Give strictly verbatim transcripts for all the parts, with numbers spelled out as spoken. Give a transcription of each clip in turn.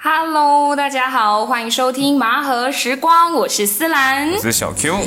Hello， 大家好，欢迎收听麻盒时光，我是思兰， 我是小 Q。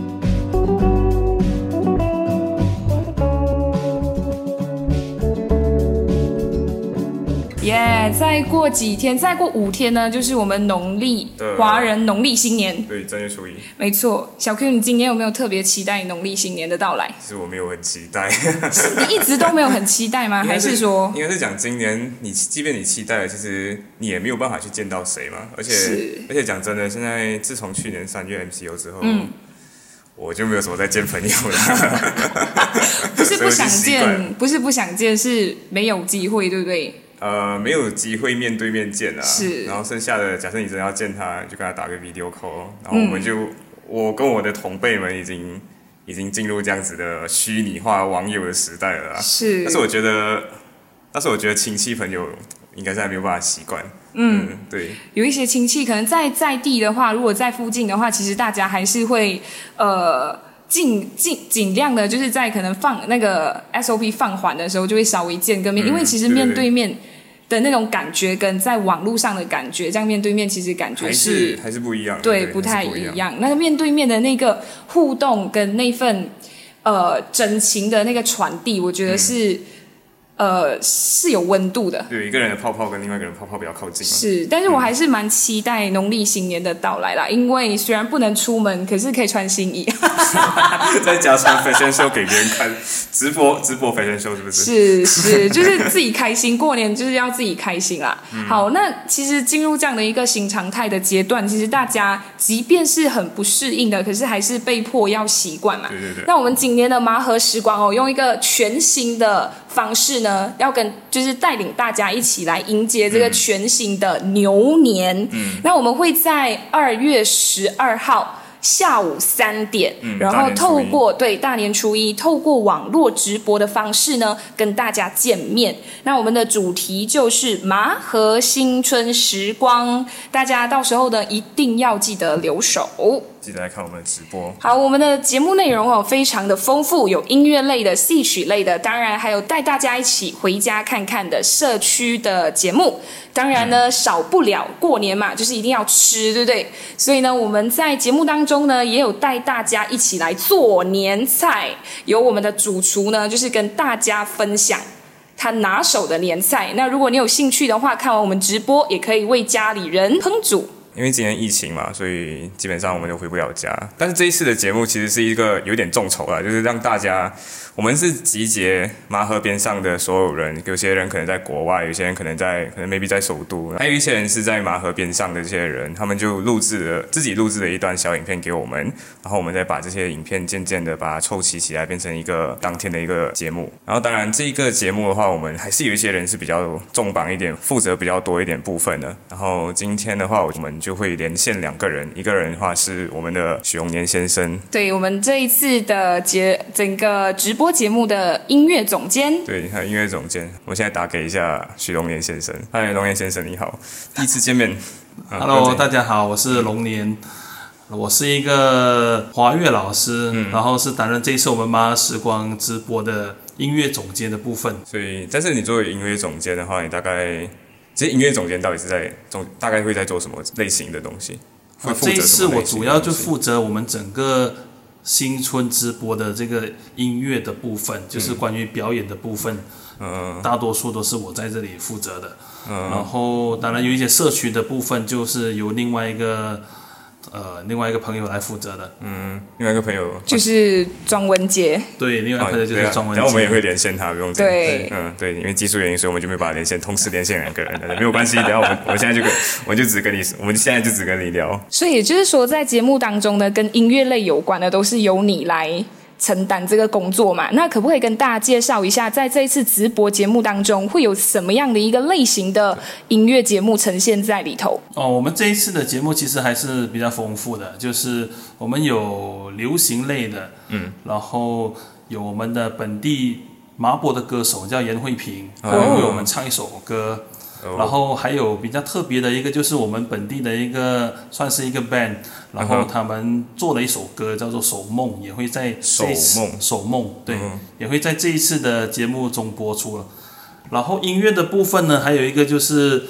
耶、yeah, 再过几天，再过五天呢，就是我们农历华人农历新年。 对，正月初一。 没错，小 Q， 你今年有没有特别期待农历新年的到来？ 其实我没有很期待。 你一直都没有很期待吗？还是说？ 应该是讲今年你，即便你期待了，其实你也没有办法去见到谁嘛。而且，而且讲真的，现在自从去年三月 M C O 之后，嗯，我就没有什么在见朋友了。 不是不想见，不是不想见，是没有机会，对不对？ 呃，没有机会面对面见啊， 是。 然后剩下的，假设你真的要见他，就跟他打个 video call， 然后我们就，嗯、我跟我的同辈们已经已经进入这样子的虚拟化网友的时代了啦。 是。 但是我觉得，但是我觉得亲戚朋友应该是还没有办法习惯。嗯, 嗯，对。有一些亲戚可能在在地的话，如果在附近的话，其实大家还是会呃。尽尽尽量的，就是在可能放那个 S O P 放缓的时候，就会稍微见个面，嗯、因为其实面对面的那种感觉，跟在网络上的感觉，这样面对面其实感觉是还是还是不一样， 对，不太一样。那个面对面的那个互动跟那份呃真情的那个传递，我觉得是。嗯呃，是有温度的。 对，一个人的泡泡跟另外一个人的泡泡比较靠近。 是，但是我还是蛮期待农历新年的到来啦，嗯、因为虽然不能出门，可是可以穿新衣。 在家穿 fashion show 给别人看，直播直播 fashion show 是不是？ 是是，就是自己开心，过年就是要自己开心啦。嗯、好，那其实进入这样的一个新常态的阶段，其实大家即便是很不适应的，可是还是被迫要习惯嘛。 对对对。 那我们今年的麻盒时光哦，用一个全新的方式呢。要跟就是带领大家一起来迎接这个全新的牛年。嗯，那我们会在二月十二号下午三点，嗯、然后透过对大年初一，透过网络直播的方式呢，跟大家见面。那我们的主题就是麻盒新春时光，大家到时候呢一定要记得留守。 记得来看我们的直播。 好，我们的节目内容哦非常的丰富，有音乐类的、戏曲类的，当然还有带大家一起回家看看的社区的节目。当然呢，嗯、少不了过年嘛，就是一定要吃，对不对？所以呢，我们在节目当中呢，也有带大家一起来做年菜，由我们的主厨呢，就是跟大家分享他拿手的年菜。那如果你有兴趣的话，看完我们直播，也可以为家里人烹煮。 因为今年疫情嘛，所以基本上我们就回不了家。但是这一次的节目其实是一个有点众筹啦，就是让大家，我们是集结麻盒边上的所有人，有些人可能在国外，有些人可能在可能 maybe 在首都，还有一些人是在麻盒边上的这些人，他们就录制了自己录制了一段小影片给我们，然后我们再把这些影片渐渐的把它凑齐起来，变成一个当天的一个节目。然后当然这一个节目的话，我们还是有一些人是比较重磅一点，负责比较多一点部分的。然后今天的话，我们就会连线两个人，一个人的话是我们的许荣年先生， 对，我们这一次的节整个直播节目的音乐总监， 对，还有音乐总监，我现在打给一下许荣年先生。嗨，荣年先生你好，第一次见面。 Hello， 大家好，我是荣年，我是一个华乐老师，嗯、然后是担任这一次我们麻盒时光直播的音乐总监的部分。 所以，但是你作为音乐总监的话，你大概其实音乐总监到底是在总大概会在做什么类型的东西？会负责什么类型的东西？ 这一次我主要就负责我们整个新春直播的这个音乐的部分，就是关于表演的部分，嗯，大多数都是我在这里负责的。嗯，然后当然有一些社区的部分，就是由另外一个。呃，另外一个朋友来负责的， 嗯，另外一个朋友就是庄文杰， 对，另外一个朋友就是庄文杰， 然后我们也会连线他，不用这样， 对， 嗯，对，因为技术原因，所以我们就没有办法连线，同时连线两个人，没有关系，等一下我们，我现在就跟，我就只跟你，我们现在就只跟你聊， 所以也就是说，在节目当中呢，跟音乐类有关的都是由你来承担这个工作嘛？那可不可以跟大家介绍一下，在这一次直播节目当中，会有什么样的一个类型的音乐节目呈现在里头？ 哦，我们这一次的节目其实还是比较丰富的，就是我们有流行类的，嗯，然后有我们的本地麻波的歌手叫严慧萍，他会为我们唱一首歌。然后还有比较特别的一个，就是我们本地的一个算是一个 band， 然后他们做了一首歌叫做《守梦》，也会在这一次守梦守梦对、嗯，也会在这一次的节目中播出了。然后音乐的部分呢，还有一个就是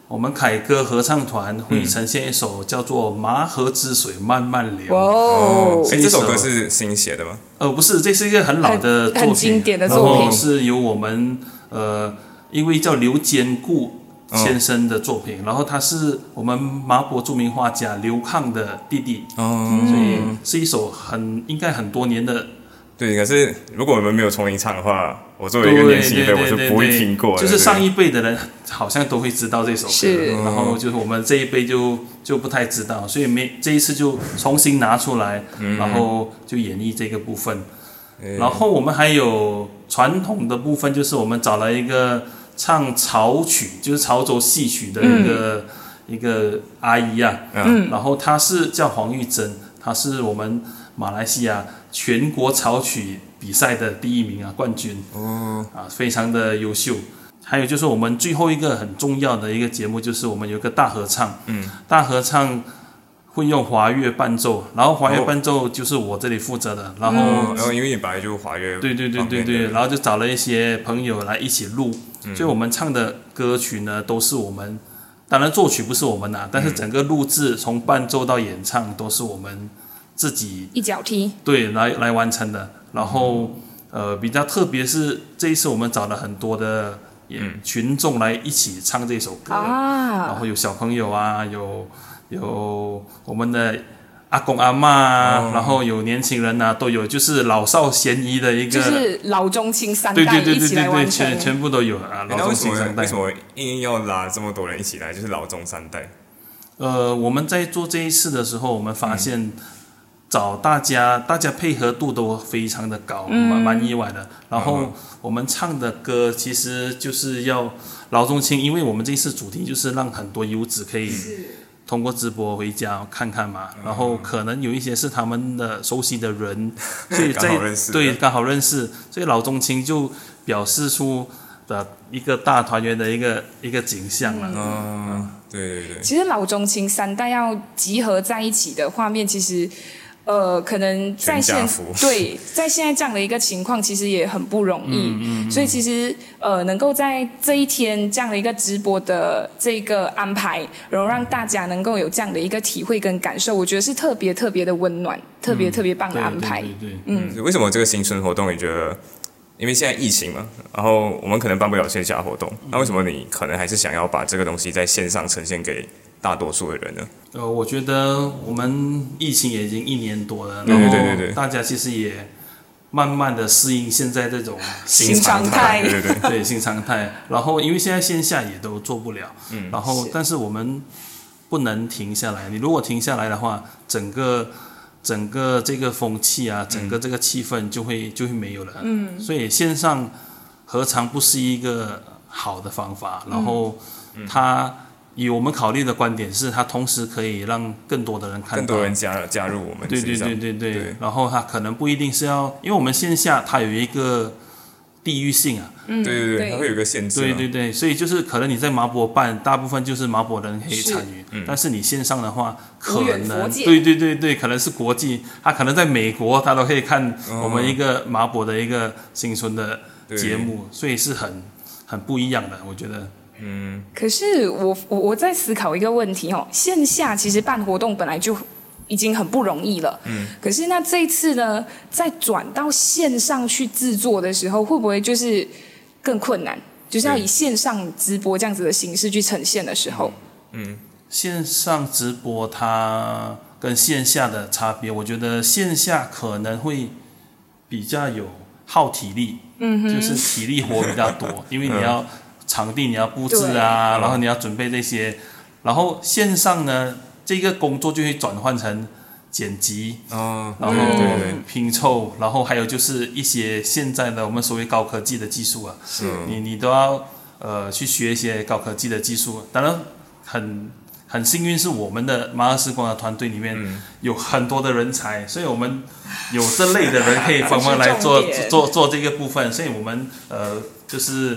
我们凯歌合唱团会呈现一首叫做《麻河之水慢慢流》。 哦， 哎，这首歌是新写的吗？ 呃，不是，这是一个很老的作品， 很经典的作品， 然后是由我们呃一位叫刘坚固先生的作品，哦、然后他是我们麻坡著名画家刘抗的弟弟，哦，所以是一首很应该很多年的。 对，可是如果我们没有重新唱的话，我作为一个年轻人，我是不会听过的。 就是上一辈的人好像都会知道这首歌，然后就是我们这一辈就就不太知道，所以没这一次就重新拿出来，嗯、然后就演绎这个部分。嗯、然后我们还有传统的部分，就是我们找了一个唱潮曲，就是潮州戏曲的一个、嗯、一个阿姨啊，嗯，然后她是叫黄玉珍，她是我们马来西亚全国潮曲比赛的第一名啊，冠军哦，啊，非常的优秀。还有就是我们最后一个很重要的一个节目，就是我们有一个大合唱，嗯，大合唱会用华乐伴奏，然后华乐伴奏就是我这里负责的，然后、 嗯、然后因为你本来就华乐， 对对对对对，然后就找了一些朋友来一起录，嗯、所以我们唱的歌曲呢都是我们，当然作曲不是我们啊，但是整个录制从伴奏到演唱都是我们自己一脚踢， 对，来来完成的。然后呃，比较特别是这一次我们找了很多的群众来一起唱这首歌，啊、然后有小朋友啊，有有我们的阿公阿嬷啊，哦、然后有年轻人啊，都有，就是老少咸宜的一个， 就是老中青三代一起来完成， 对对对对对，全全部都有啊，老中青三代。 为什么硬要拉这么多人一起来？就是老中三代。 呃，我们在做这一次的时候，我们发现。嗯找大家，大家配合度都非常的高，蛮蛮、嗯、意外的。然后我们唱的歌其实就是要老中青，因为我们这次主题就是让很多游子可以通过直播回家看看嘛。然后可能有一些是他们的熟悉的人，所以在对刚好认识，所以老中青就表示出的一个大团圆的一个一个景象了。 嗯，嗯对对对。 其实老中青三代要集合在一起的画面，其实。呃，可能在现对在现在这样的一个情况，其实也很不容易。嗯嗯、所以其实呃，能够在这一天这样的一个直播的这个安排，然后让大家能够有这样的一个体会跟感受，我觉得是特别特别的温暖，特别特别棒的安排。 对对对对嗯，为什么这个新春活动你觉得？因为现在疫情嘛，然后我们可能办不了线下活动，那为什么你可能还是想要把这个东西在线上呈现给大多数的人呢？ 呃，我觉得我们疫情也已经一年多了，然后大家其实也慢慢的适应现在这种新常态， 对对对， 对新常态。然后因为现在线下也都做不了，嗯，然后但是我们不能停下来，你如果停下来的话，整个整个这个风气啊，整个这个气氛就会就会没有了，嗯，所以线上何尝不是一个好的方法？然后它。以我们考虑的观点是，它同时可以让更多的人看到， 更多人加加入我们。 对对对对 对, 对。然后它可能不一定是要，因为我们线下它有一个地域性啊。 嗯，对对对，它会有一个限制、啊。 对对对，所以就是可能你在麻坡办，大部分就是麻坡人可以参与，嗯、但是你线上的话，可能对对对对，可能是国际，他可能在美国他都可以看我们一个麻坡的一个新春的节目，所以是很很不一样的，我觉得。 嗯，可是我我我在思考一个问题哦，线下其实办活动本来就已经很不容易了，嗯，可是那这一次呢，在转到线上去制作的时候，会不会就是更困难？就是要以线上直播这样子的形式去呈现的时候， 嗯，线上直播它跟线下的差别，我觉得线下可能会比较有耗体力，嗯哼，就是体力活比较多，因为你要。场地你要布置啊，然后你要准备这些，然后线上呢，这个工作就会转换成剪辑，哦、然后拼凑，然后还有就是一些现在的我们所谓高科技的技术啊，你你都要呃去学一些高科技的技术。当然很很幸运是我们的马尔时光的团队里面有很多的人才，所以我们有这类的人可以帮忙来做做做这个部分，所以我们呃就是。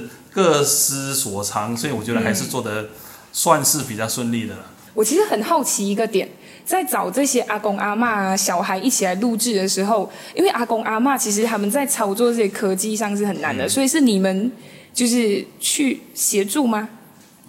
各司所长，所以我觉得还是做得算是比较顺利的了。 我其实很好奇一个点，在找这些阿公阿嬷啊、小孩一起来录制的时候，因为阿公阿嬷其实他们在操作这些科技上是很难的，嗯、所以是你们就是去协助吗？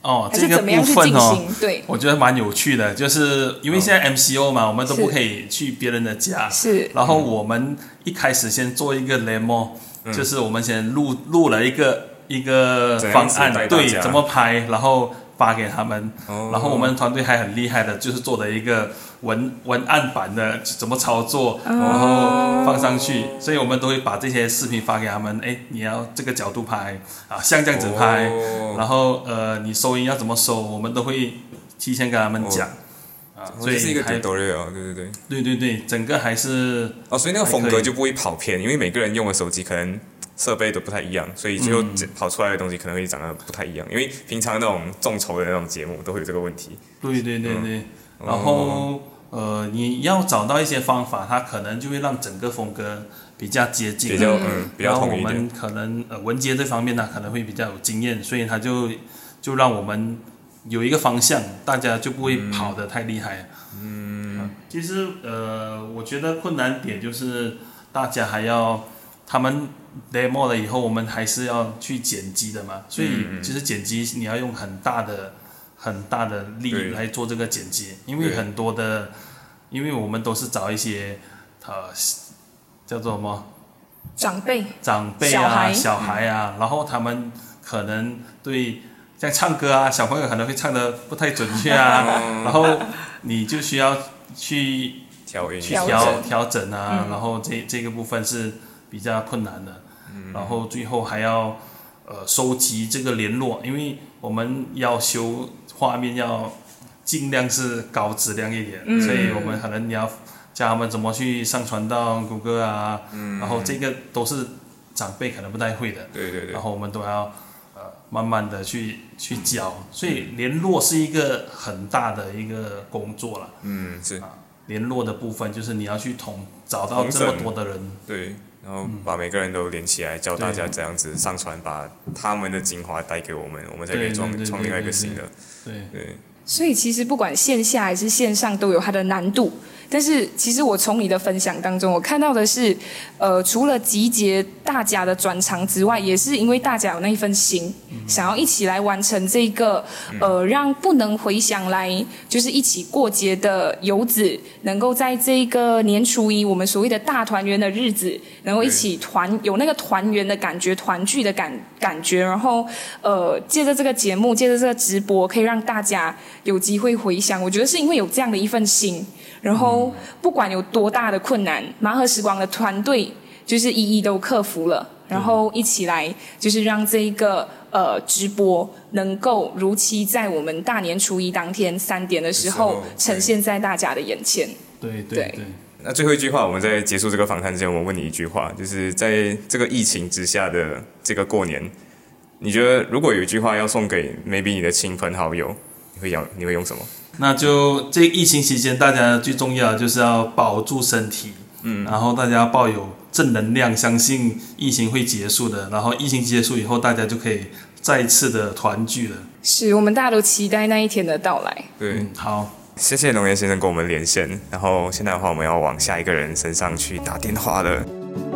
哦， 还是怎么样去进行？哦、对， 我觉得蛮有趣的，就是因为现在 M C O 嘛，我们都不可以去别人的家， 是。 然后我们一开始先做一个 demo，、嗯、就是我们先录录了一个一个方案，对，怎么拍，然后发给他们。哦、然后我们团队还很厉害的，就是做的一个文文案版的怎么操作，哦、然后放上去，所以我们都会把这些视频发给他们。哎，你要这个角度拍啊，像这样子拍，哦、然后呃，你收音要怎么收，我们都会提前跟他们讲。哦、啊， 所以是一个 tutorial， 对对对， 对对对，整个还是哦，所以那个风格就不会跑偏，因为每个人用的手机可能设备都不太一样，所以最后跑出来的东西可能会长得不太一样。因为平常那种众筹的那种节目都会有这个问题。 对对对对，嗯、然后。呃，你要找到一些方法，它可能就会让整个风格比较接近， 比较嗯比较统一一点。 然后我们可能呃文杰这方面呢可能会比较有经验，所以他就就让我们有一个方向，大家就不会跑得太厉害。嗯，嗯其实呃，我觉得困难点就是大家还要他们 demo 了以后，我们还是要去剪辑的嘛，所以其实剪辑你要用很大的。很大的力来做这个剪辑，因为很多的，因为我们都是找一些呃叫做什么长辈、 长辈啊、小孩, 小孩啊，然后他们可能对像唱歌啊，小朋友可能会唱得不太准确啊，然后你就需要去调音、 去调调整啊，嗯、然后这这个部分是比较困难的，嗯、然后最后还要呃收集这个联络，因为我们要修。画面要尽量是高质量一点，嗯、所以我们可能你要教他们怎么去上传到谷歌啊，嗯、然后这个都是长辈可能不太会的， 对对对， 然后我们都要呃慢慢的去去教，所以联络是一个很大的一个工作了， 嗯是啊，联络的部分就是你要去统找到这么多的人， 对。然后把每个人都连起来，教大家这样子上传，把他们的精华带给我们，我们才可以创创另外一个新的。 对对。 所以其实不管线下还是线上都有它的难度，但是其实我从你的分享当中，我看到的是，呃，除了集结大家的专长之外，也是因为大家有那一份心，嗯、想要一起来完成这个，呃，让不能回想来就是一起过节的游子，能够在这个年初一我们所谓的大团圆的日子，能够一起团有那个团圆的感觉、团聚的感感觉，然后呃，借着这个节目，借着这个直播，可以让大家有机会回想。我觉得是因为有这样的一份心。然后不管有多大的困难，麻和时光的团队就是一一都克服了，然后一起来就是让这一个呃直播能够如期在我们大年初一当天三点的时候呈现在大家的眼前。 对对 对, 对。 那最后一句话，我们在结束这个访谈之前，我问你一句话，就是在这个疫情之下的这个过年，你觉得如果有一句话要送给 maybe 你的亲朋好友，你会用你会用什么？ 那就这疫情期间，大家最重要的就是要保住身体，嗯，然后大家抱有正能量，相信疫情会结束的。然后疫情结束以后，大家就可以再次的团聚了。 是我们大家都期待那一天的到来。 对， 嗯、好， 谢谢龙岩先生跟我们连线。然后现在的话，我们要往下一个人身上去打电话了。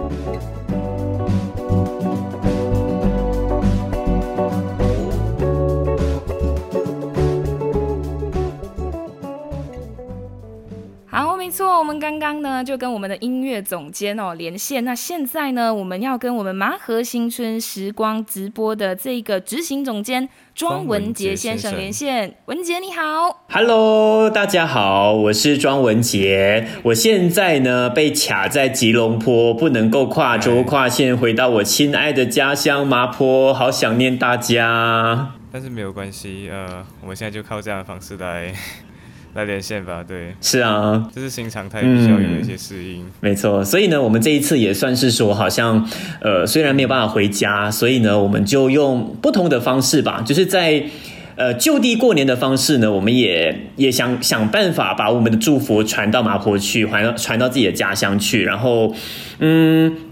好，没错，我们刚刚呢就跟我们的音乐总监哦连线。那现在呢，我们要跟我们麻和新春时光直播的这个执行总监庄文杰先生连线。文杰你好 ，Hello， 大家好，我是庄文杰。我现在呢被卡在吉隆坡，不能够跨州跨县回到我亲爱的家乡麻坡，好想念大家。 但是没有关系，呃，我们现在就靠这样的方式来。来连线吧，对， 是啊， 这是新常态，必须要有一些适应、嗯。 没错，所以呢，我们这一次也算是说，好像呃，虽然没有办法回家，所以呢，我们就用不同的方式吧，就是在呃就地过年的方式呢，我们也也想想办法把我们的祝福传到麻坡去，传传到自己的家乡去，然后嗯。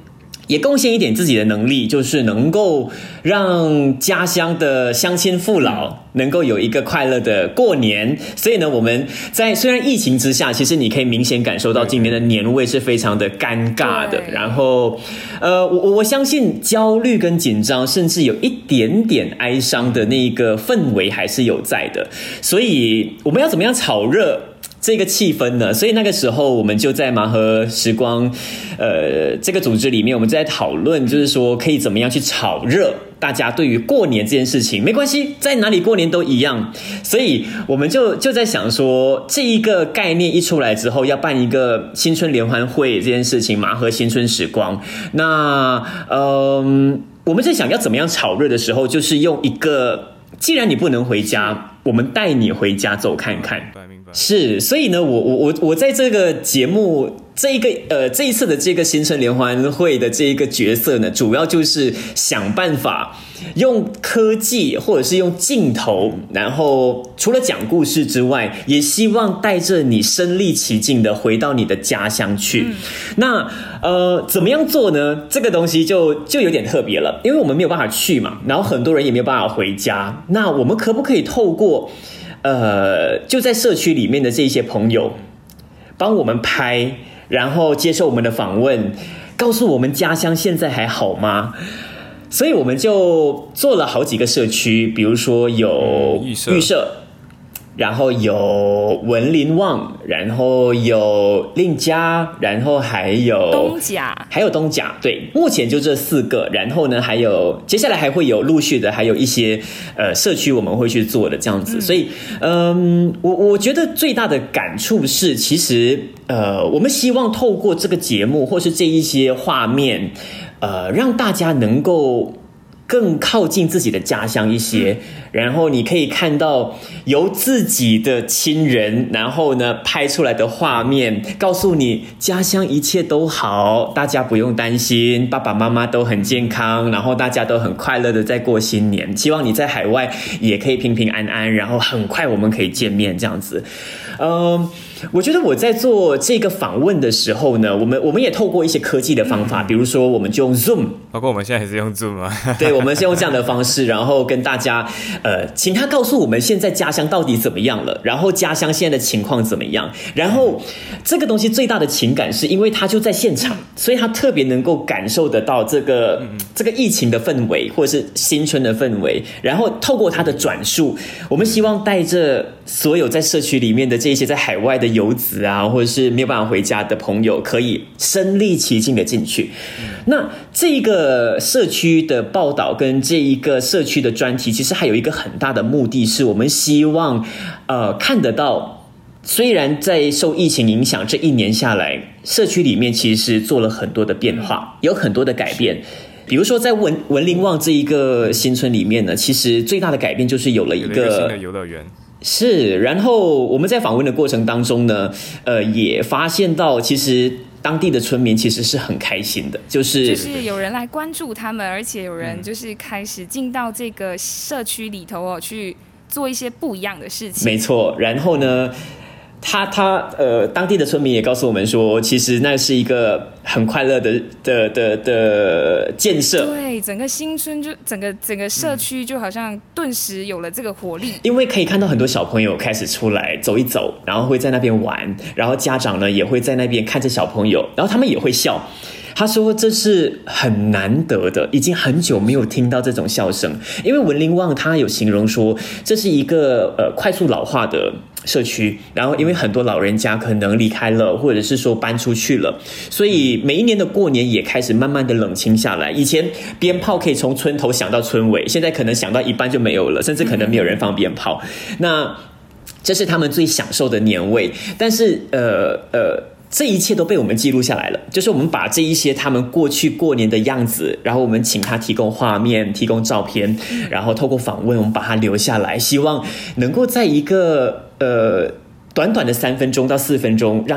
也贡献一点自己的能力，就是能够让家乡的乡亲父老能够有一个快乐的过年。所以呢，我们在虽然疫情之下，其实你可以明显感受到今年的年味是非常的尴尬的。然后，呃，我我相信焦虑跟紧张，甚至有一点点哀伤的那个氛围还是有在的。所以我们要怎么样炒热这个气氛呢？所以那个时候我们就在麻和时光呃这个组织里面，我们就在讨论，就是说可以怎么样去炒热大家对于过年这件事情。没关系，在哪里过年都一样。所以我们就就在想说，这一个概念一出来之后，要办一个新春联欢会这件事情，麻和新春时光。那嗯，我们在想要怎么样炒热的时候，就是用一个，既然你不能回家，我们带你回家走看看。是，所以呢，我我我我在这个节目这一个呃这一次的这个新春联欢会的这一个角色呢，主要就是想办法用科技或者是用镜头，然后除了讲故事之外，也希望带着你身临其境的回到你的家乡去。嗯、那呃怎么样做呢？这个东西就就有点特别了，因为我们没有办法去嘛，然后很多人也没有办法回家。那我们可不可以透过呃，就在社区里面的这些朋友帮我们拍，然后接受我们的访问，告诉我们家乡现在还好吗？所以我们就做了好几个社区，比如说有预社，预社然后有文林旺，然后有令家，然后还有东甲， 还有东甲，对，目前就这四个。然后呢，还有接下来还会有陆续的，还有一些呃社区我们会去做的这样子。嗯、所以，嗯，我我觉得最大的感触是，其实呃，我们希望透过这个节目或是这一些画面，呃，让大家能够更靠近自己的家乡一些，然后你可以看到由自己的亲人，然后呢拍出来的画面，告诉你家乡一切都好，大家不用担心，爸爸妈妈都很健康，然后大家都很快乐的在过新年。希望你在海外也可以平平安安，然后很快我们可以见面这样子。嗯，我觉得我在做这个访问的时候呢，我们我们也透过一些科技的方法，比如说我们就用 Zoom， 包括我们现在还是用 Zoom 吗？ 对，我们是用这样的方式，然后跟大家呃，请他告诉我们现在家乡到底怎么样了，然后家乡现在的情况怎么样。然后这个东西最大的情感是因为他就在现场，所以他特别能够感受得到这个这个疫情的氛围，或者是新春的氛围。然后透过他的转述，我们希望带着所有在社区里面的这些在海外的游子啊，或者是没有办法回家的朋友，可以身临其境的进去。那这个社区的报道跟这一个社区的专题，其实还有一个很大的目的是，我们希望呃看得到，虽然在受疫情影响这一年下来，社区里面其实做了很多的变化，有很多的改变。比如说在文文林旺这一个新村里面呢，其实最大的改变就是有了一个, 有了一个新的游乐园。 是，然后我们在访问的过程当中呢，呃，也发现到其实当地的村民其实是很开心的，就是就是有人来关注他们，而且有人就是开始进到这个社区里头哦，去做一些不一样的事情。 没错，然后呢，他他呃，当地的村民也告诉我们说，其实那是一个很快乐的的的的建设。 对，整个新村就整个整个社区就好像顿时有了这个活力， 因为可以看到很多小朋友开始出来走一走，然后会在那边玩，然后家长呢也会在那边看着小朋友，然后他们也会笑。他说这是很难得的，已经很久没有听到这种笑声。因为文林旺他有形容说，这是一个呃快速老化的社区，然后因为很多老人家可能离开了，或者是说搬出去了，所以每一年的过年也开始慢慢的冷清下来。以前鞭炮可以从村头想到村尾，现在可能想到一半就没有了，甚至可能没有人放鞭炮。那这是他们最享受的年味，但是呃呃。这一切都被我们记录下来了，就是我们把这一些他们过去过年的样子，然后我们请他提供画面，提供照片，然后透过访问我们把它留下来，希望能够在一个呃短短的三分钟到四分钟，让你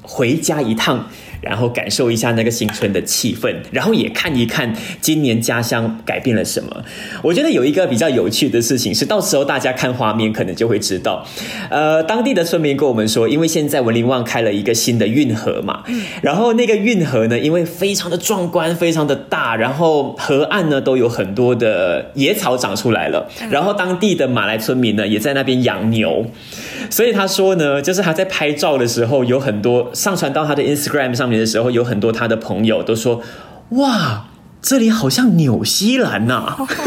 回家一趟，然后感受一下那个新春的气氛，然后也看一看今年家乡改变了什么。我觉得有一个比较有趣的事情是，到时候大家看画面可能就会知道，呃，当地的村民跟我们说，因为现在文林旺开了一个新的运河嘛，然后那个运河呢，因为非常的壮观，非常的大，然后河岸呢都有很多的野草长出来了，然后当地的马来村民呢也在那边养牛，所以他说呢，就是他在拍照的时候，有很多上传到他的 Instagram 上面的时候，有很多他的朋友都说，哇，这里好像纽西兰呐、啊。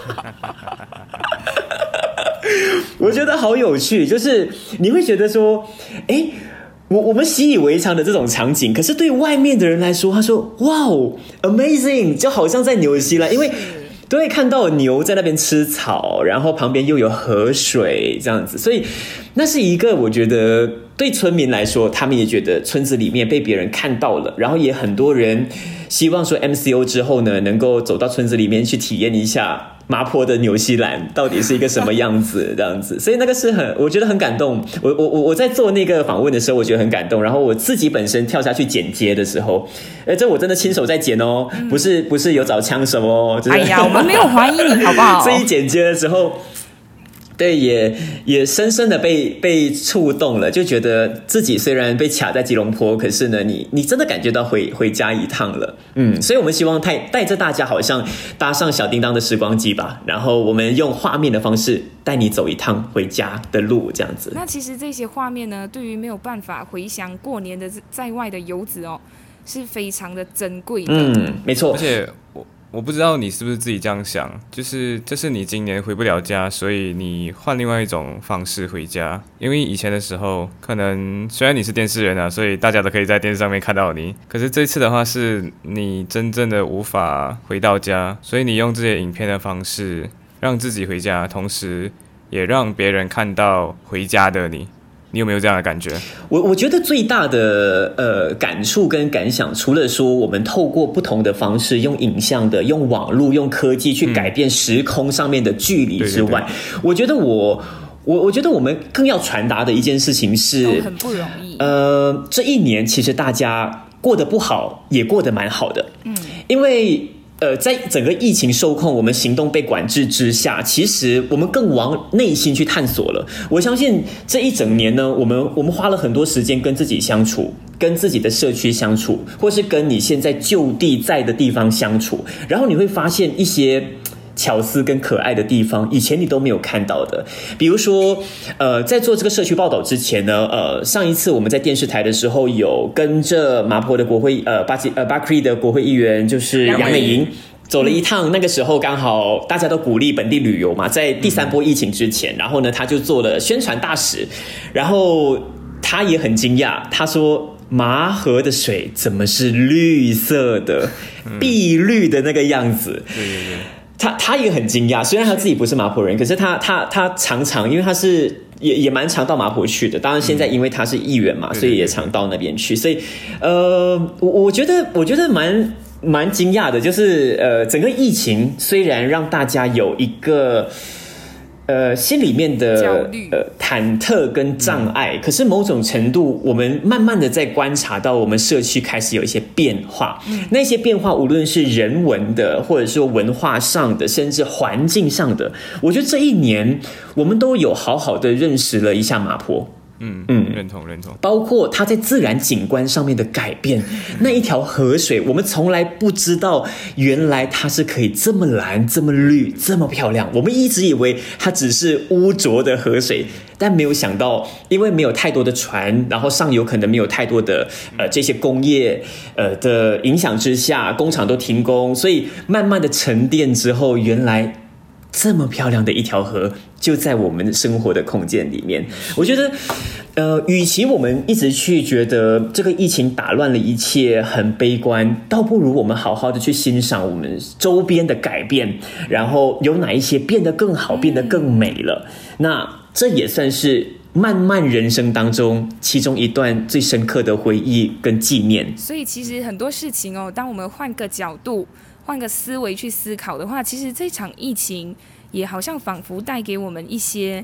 我觉得好有趣，就是你会觉得说，哎，我我们习以为常的这种场景，可是对外面的人来说，他说，哇哦 ，amazing， 就好像在纽西兰，因为都会看到牛在那边吃草，然后旁边又有河水这样子，所以那是一个我觉得对村民来说，他们也觉得村子里面被别人看到了，然后也很多人希望说 M C O 之后呢，能够走到村子里面去体验一下麻坡的纽西兰到底是一个什么样子这样子，所以那个是很，我觉得很感动。我我我我在做那个访问的时候，我觉得很感动。然后我自己本身跳下去剪接的时候，哎，这我真的亲手在剪哦，不是不是有找枪手哦。就是、 哎呀，我们没有怀疑你好不好？ 所以剪接的时候。对，也也深深的被被触动了，就觉得自己虽然被卡在吉隆坡，可是呢，你你真的感觉到回回家一趟了，嗯，所以我们希望带带着大家，好像搭上小叮当的时光机吧，然后我们用画面的方式带你走一趟回家的路，这样子。 那其实这些画面呢，对于没有办法回乡过年的在外的游子哦，是非常的珍贵的。 嗯，没错， 而且我。我不知道你是不是自己这样想，就是这是你今年回不了家，所以你换另外一种方式回家。因为以前的时候，可能虽然你是电视人啊，所以大家都可以在电视上面看到你，可是这次的话是你真正的无法回到家，所以你用这些影片的方式让自己回家，同时也让别人看到回家的你。你有没有这样的感觉？ 我我觉得最大的呃感触跟感想，除了说我们透过不同的方式，用影像的、用网络、用科技去改变时空上面的距离之外，嗯、对对对我觉得我我我觉得我们更要传达的一件事情是， 很不容易。 呃，这一年其实大家过得不好，也过得蛮好的，嗯，因为。呃，在整个疫情受控，我们行动被管制之下，其实我们更往内心去探索了。我相信这一整年呢，我们我们花了很多时间跟自己相处，跟自己的社区相处，或是跟你现在就地在的地方相处，然后你会发现一些巧思跟可爱的地方，以前你都没有看到的。比如说，呃，在做这个社区报道之前呢，呃，上一次我们在电视台的时候，有跟着麻坡的国会，呃，巴基呃巴克利的国会议员，就是杨美莹。走了一趟，那个时候刚好大家都鼓励本地旅游嘛，在第三波疫情之前，然后呢，他就做了宣传大使，然后他也很惊讶，他说麻河的水怎么是绿色的，碧绿的那个样子，对对对。他他也很惊讶，虽然他自己不是麻坡人，可是他他他常常，因为他是也也蛮常到麻坡去的。当然现在因为他是议员嘛，所以也常到那边去。所以呃，我我觉得我觉得蛮蛮惊讶的，就是呃，整个疫情虽然让大家有一个。呃，心里面的呃忐忑跟障碍、嗯，可是某种程度，我们慢慢的在观察到，我们社区开始有一些变化。嗯、那些变化，无论是人文的，或者说文化上的，甚至环境上的，我觉得这一年我们都有好好的认识了一下麻坡。 嗯嗯，认同认同。 包括它在自然景观上面的改变，那一条河水，我们从来不知道，原来它是可以这么蓝、这么绿、这么漂亮。我们一直以为它只是污浊的河水，但没有想到，因为没有太多的船，然后上游可能没有太多的呃这些工业呃的影响之下，工厂都停工，所以慢慢的沉淀之后，原来。这么漂亮的一条河就在我们生活的空间里面，我觉得呃，与其我们一直去觉得这个疫情打乱了一切很悲观，倒不如我们好好的去欣赏我们周边的改变，然后有哪一些变得更好，变得更美了，那这也算是漫漫人生当中其中一段最深刻的回忆跟纪念。 所以其实很多事情哦，当我们换个角度换个思维去思考的话，其实这场疫情也好像仿佛带给我们一些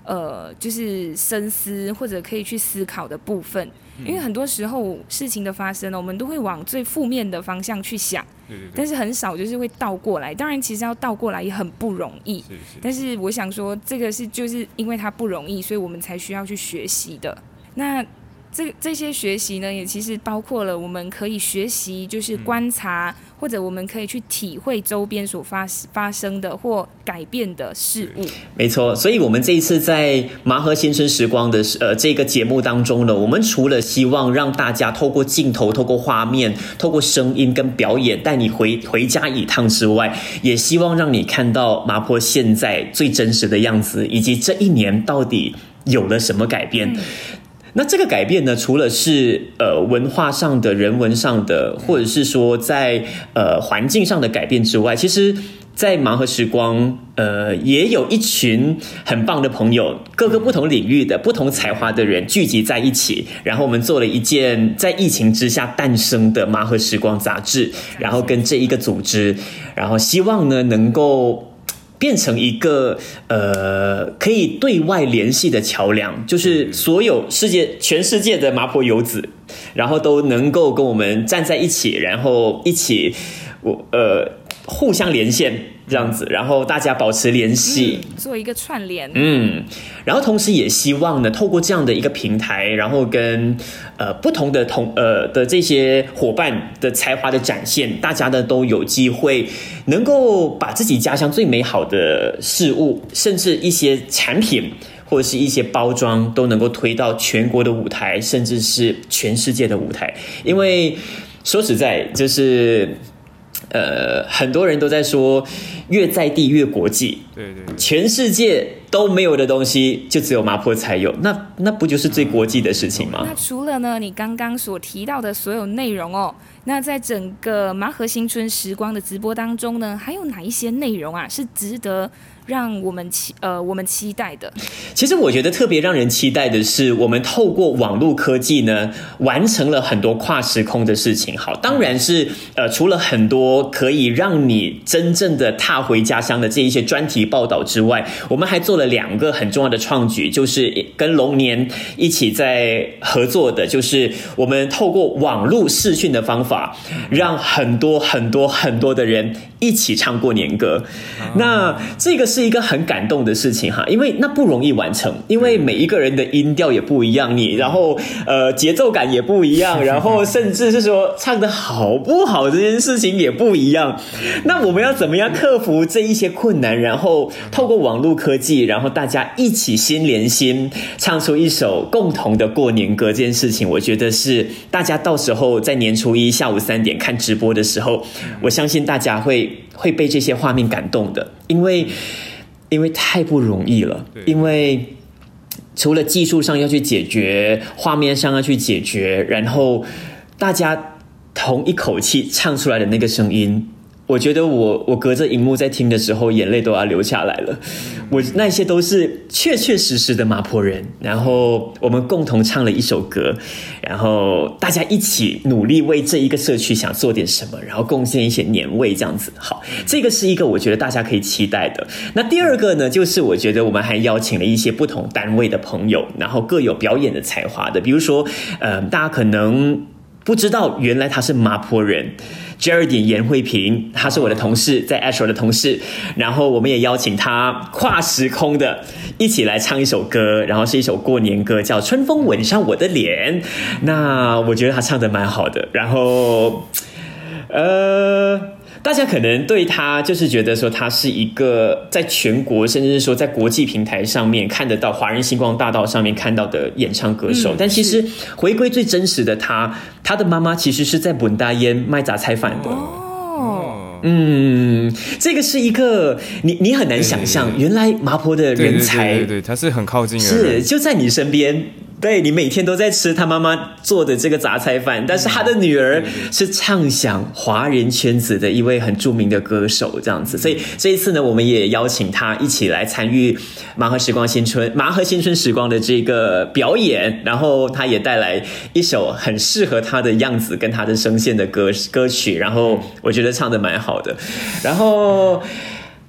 呃，就是深思或者可以去思考的部分。因为很多时候事情的发生呢，我们都会往最负面的方向去想， 对对对， 但是很少就是会倒过来。当然，其实要倒过来也很不容易。 是是， 但是我想说，这个是就是因为它不容易，所以我们才需要去学习的。那这这些学习呢，也其实包括了我们可以学习，就是观察，嗯、或者我们可以去体会周边所发发生的或改变的事物。 没错，所以我们这一次在麻河新春时光的呃这个节目当中呢，我们除了希望让大家透过镜头、透过画面、透过声音跟表演带你回回家一趟之外，也希望让你看到麻坡现在最真实的样子，以及这一年到底有了什么改变。嗯，那这个改变呢，除了是呃文化上的、人文上的，或者是说在呃环境上的改变之外，其实在麻河时光，呃，也有一群很棒的朋友，各个不同领域的、不同才华的人聚集在一起，然后我们做了一件在疫情之下诞生的麻河时光杂志，然后跟这一个组织，然后希望呢能够变成一个呃可以对外联系的桥梁，就是所有世界全世界的麻坡游子，然后都能够跟我们站在一起，然后一起我呃互相连线这样子，然后大家保持联系， 嗯、做一个串联。 嗯，然后同时也希望呢，透过这样的一个平台，然后跟呃不同的同呃的这些伙伴的才华的展现，大家呢都有机会能够把自己家乡最美好的事物，甚至一些产品或者是一些包装，都能够推到全国的舞台，甚至是全世界的舞台。因为说实在，就是呃，很多人都在说越在地越国际， 对对对， 全世界都没有的东西，就只有麻坡才有，那那不就是最国际的事情吗？ 那除了呢，你刚刚所提到的所有内容哦，那在整个麻河新春时光的直播当中呢，还有哪一些内容啊是值得让我们期呃我们期待的？ 其实我觉得特别让人期待的是，我们透过网络科技呢，完成了很多跨时空的事情。好，当然是呃除了很多可以让你真正的踏回家乡的这一些专题报道之外，我们还做了两个很重要的创举，就是跟龙年一起在合作的，就是我们透过网络视讯的方法，让很多很多很多的人一起唱过年歌。那这个是一个很感动的事情哈，因为那不容易完成，因为每一个人的音调也不一样，你然后呃节奏感也不一样，然后甚至是说唱得好不好这件事情也不一样。那我们要怎么样克服这一些困难，然后透过网络科技，然后大家一起心连心唱出一首共同的过年歌，这件事情我觉得是大家到时候在年初一下午三点看直播的时候，我相信大家会会被这些画面感动的，因为因为太不容易了，因为除了技术上要去解决，画面上要去解决，然后大家同一口气唱出来的那个声音，我觉得我我隔着荧幕在听的时候，眼泪都要流下来了。我那些都是确确实实的麻坡人，然后我们共同唱了一首歌，然后大家一起努力为这一个社区想做点什么，然后贡献一些年味，这样子。好，这个是一个我觉得大家可以期待的。那第二个呢，就是我觉得我们还邀请了一些不同单位的朋友，然后各有表演的才华的，比如说，呃，大家可能不知道原来他是麻坡人。Geraldine 严慧萍，他是我的同事，在 Astro 的同事，然后我们也邀请他跨时空的一起来唱一首歌，然后是一首过年歌，叫《春风吻上我的脸》。那我觉得他唱得蛮好的，然后呃大家可能对他就是觉得说他是一个在全国甚至是说在国际平台上面看得到华人星光大道上面看到的演唱歌手，嗯、但其实回归最真实的他，他的妈妈其实是在本大烟卖杂菜饭的。哦，嗯，这个是一个你你很难想象，原来麻坡的人才， 对对对，他是很靠近的人， 是就在你身边。对，你每天都在吃他妈妈做的这个杂菜饭，但是他的女儿是唱响华人圈子的一位很著名的歌手，这样子。所以这一次呢，我们也邀请他一起来参与麻河时光新春麻河新春时光的这个表演，然后他也带来一首很适合他的样子跟他的声线的歌歌曲，然后我觉得唱得蛮好的。然后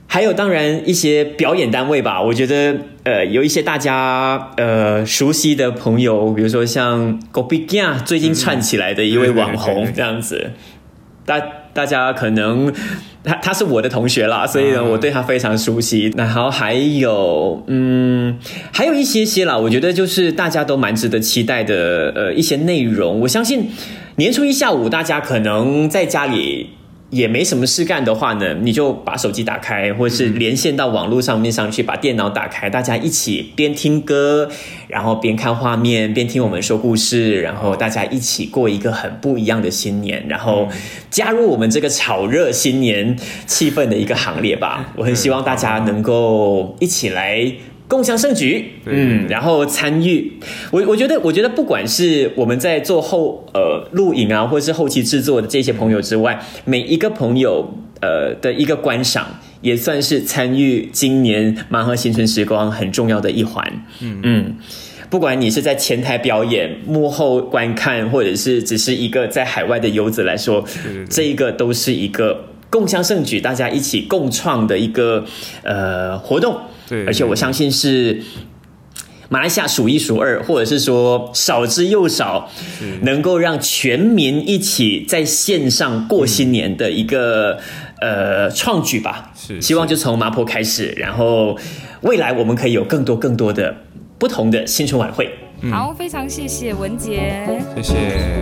还有当然一些表演单位吧，我觉得呃有一些大家呃熟悉的朋友，比如说像 Gopigia 最近串起来的一位网红这样子，大大家可能他他是我的同学啦，所以呢我对他非常熟悉。然后还有嗯还有一些些啦，我觉得就是大家都蛮值得期待的呃一些内容。我相信年初一下午大家可能在家里也没什么事干的话呢，你就把手机打开，或是连线到网络上面上去，把电脑打开，大家一起边听歌，然后边看画面，边听我们说故事，然后大家一起过一个很不一样的新年，然后加入我们这个炒热新年气氛的一个行列吧。我很希望大家能够一起来共襄盛举，嗯，然后参与。我我觉得，我觉得不管是我们在做后呃录影啊，或者是后期制作的这些朋友之外，每一个朋友呃的一个观赏，也算是参与今年麻河新春时光很重要的一环。嗯嗯，不管你是在前台表演、幕后观看，或者是只是一个在海外的游子来说，对对对，这一个都是一个共襄盛举，大家一起共创的一个呃活动。对，而且我相信是马来西亚数一数二，或者是说少之又少，能够让全民一起在线上过新年的一个、嗯、呃创举吧。是，希望就从麻坡开始，然后未来我们可以有更多更多的不同的新春晚会。 嗯、好，非常谢谢文杰， 谢谢。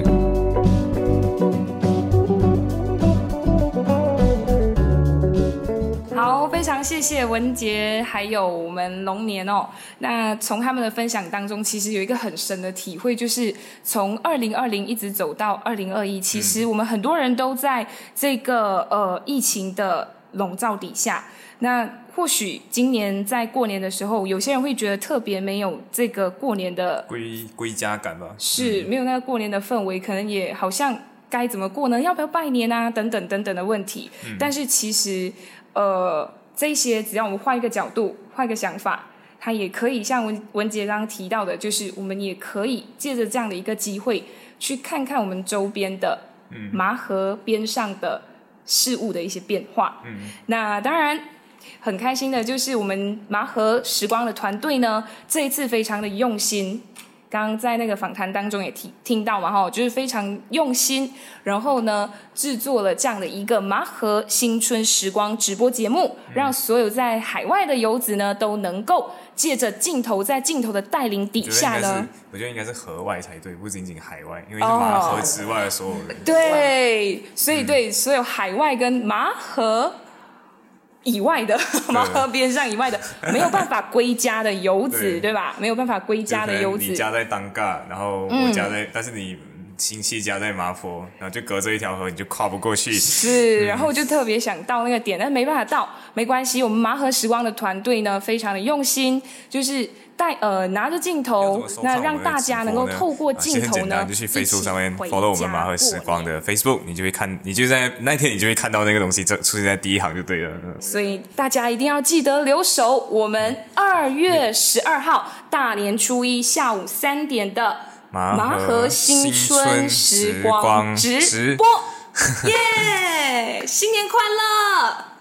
好，非常谢谢文杰还有我们龙年哦。那从他们的分享当中，其实有一个很深的体会，就是从二零二零一直走到二零二一，其实我们很多人都在这个呃疫情的笼罩底下。那或许今年在过年的时候，有些人会觉得特别没有这个过年的归归家感吧， 是没有那个过年的氛围，可能也好像该怎么过呢？要不要拜年啊？等等等等的问题。嗯、但是其实。呃，这些只要我们换一个角度，换一个想法，它也可以像文文杰刚刚提到的，就是我们也可以借着这样的一个机会，去看看我们周边的麻河边上的事物的一些变化。嗯，那当然很开心的就是我们麻河时光的团队呢，这一次非常的用心。刚刚在那个访谈当中也听听到嘛，哈，就是非常用心，然后呢制作了这样的一个麻河新春时光直播节目，嗯、让所有在海外的游子呢都能够借着镜头，在镜头的带领底下呢， 我觉得应该是河外才对，不仅仅海外，因为是麻河之外的所有人。哦、 对，所以对、嗯、所有海外跟麻河以外的麻河边上以外的没有办法归家的游子， 对, 对吧？没有办法归家的游子， 你家在当嘎，然后我家在，嗯、但是你亲戚家在麻坡，然后就隔着一条河，你就跨不过去。 是，然后就特别想到那个点，但没办法到，没关系。我们麻河时光的团队呢，非常的用心，就是带呃拿着镜头，那让大家能够透过镜头呢， 啊、就去 Facebook 上面 follow 我们麻河时光的 Facebook， 你就会看，你就在那天你就会看到那个东西出现在第一行就对了。 所以大家一定要记得留守我们二月十二号大年初一下午三点的麻河新春时光直播，耶！新年快乐！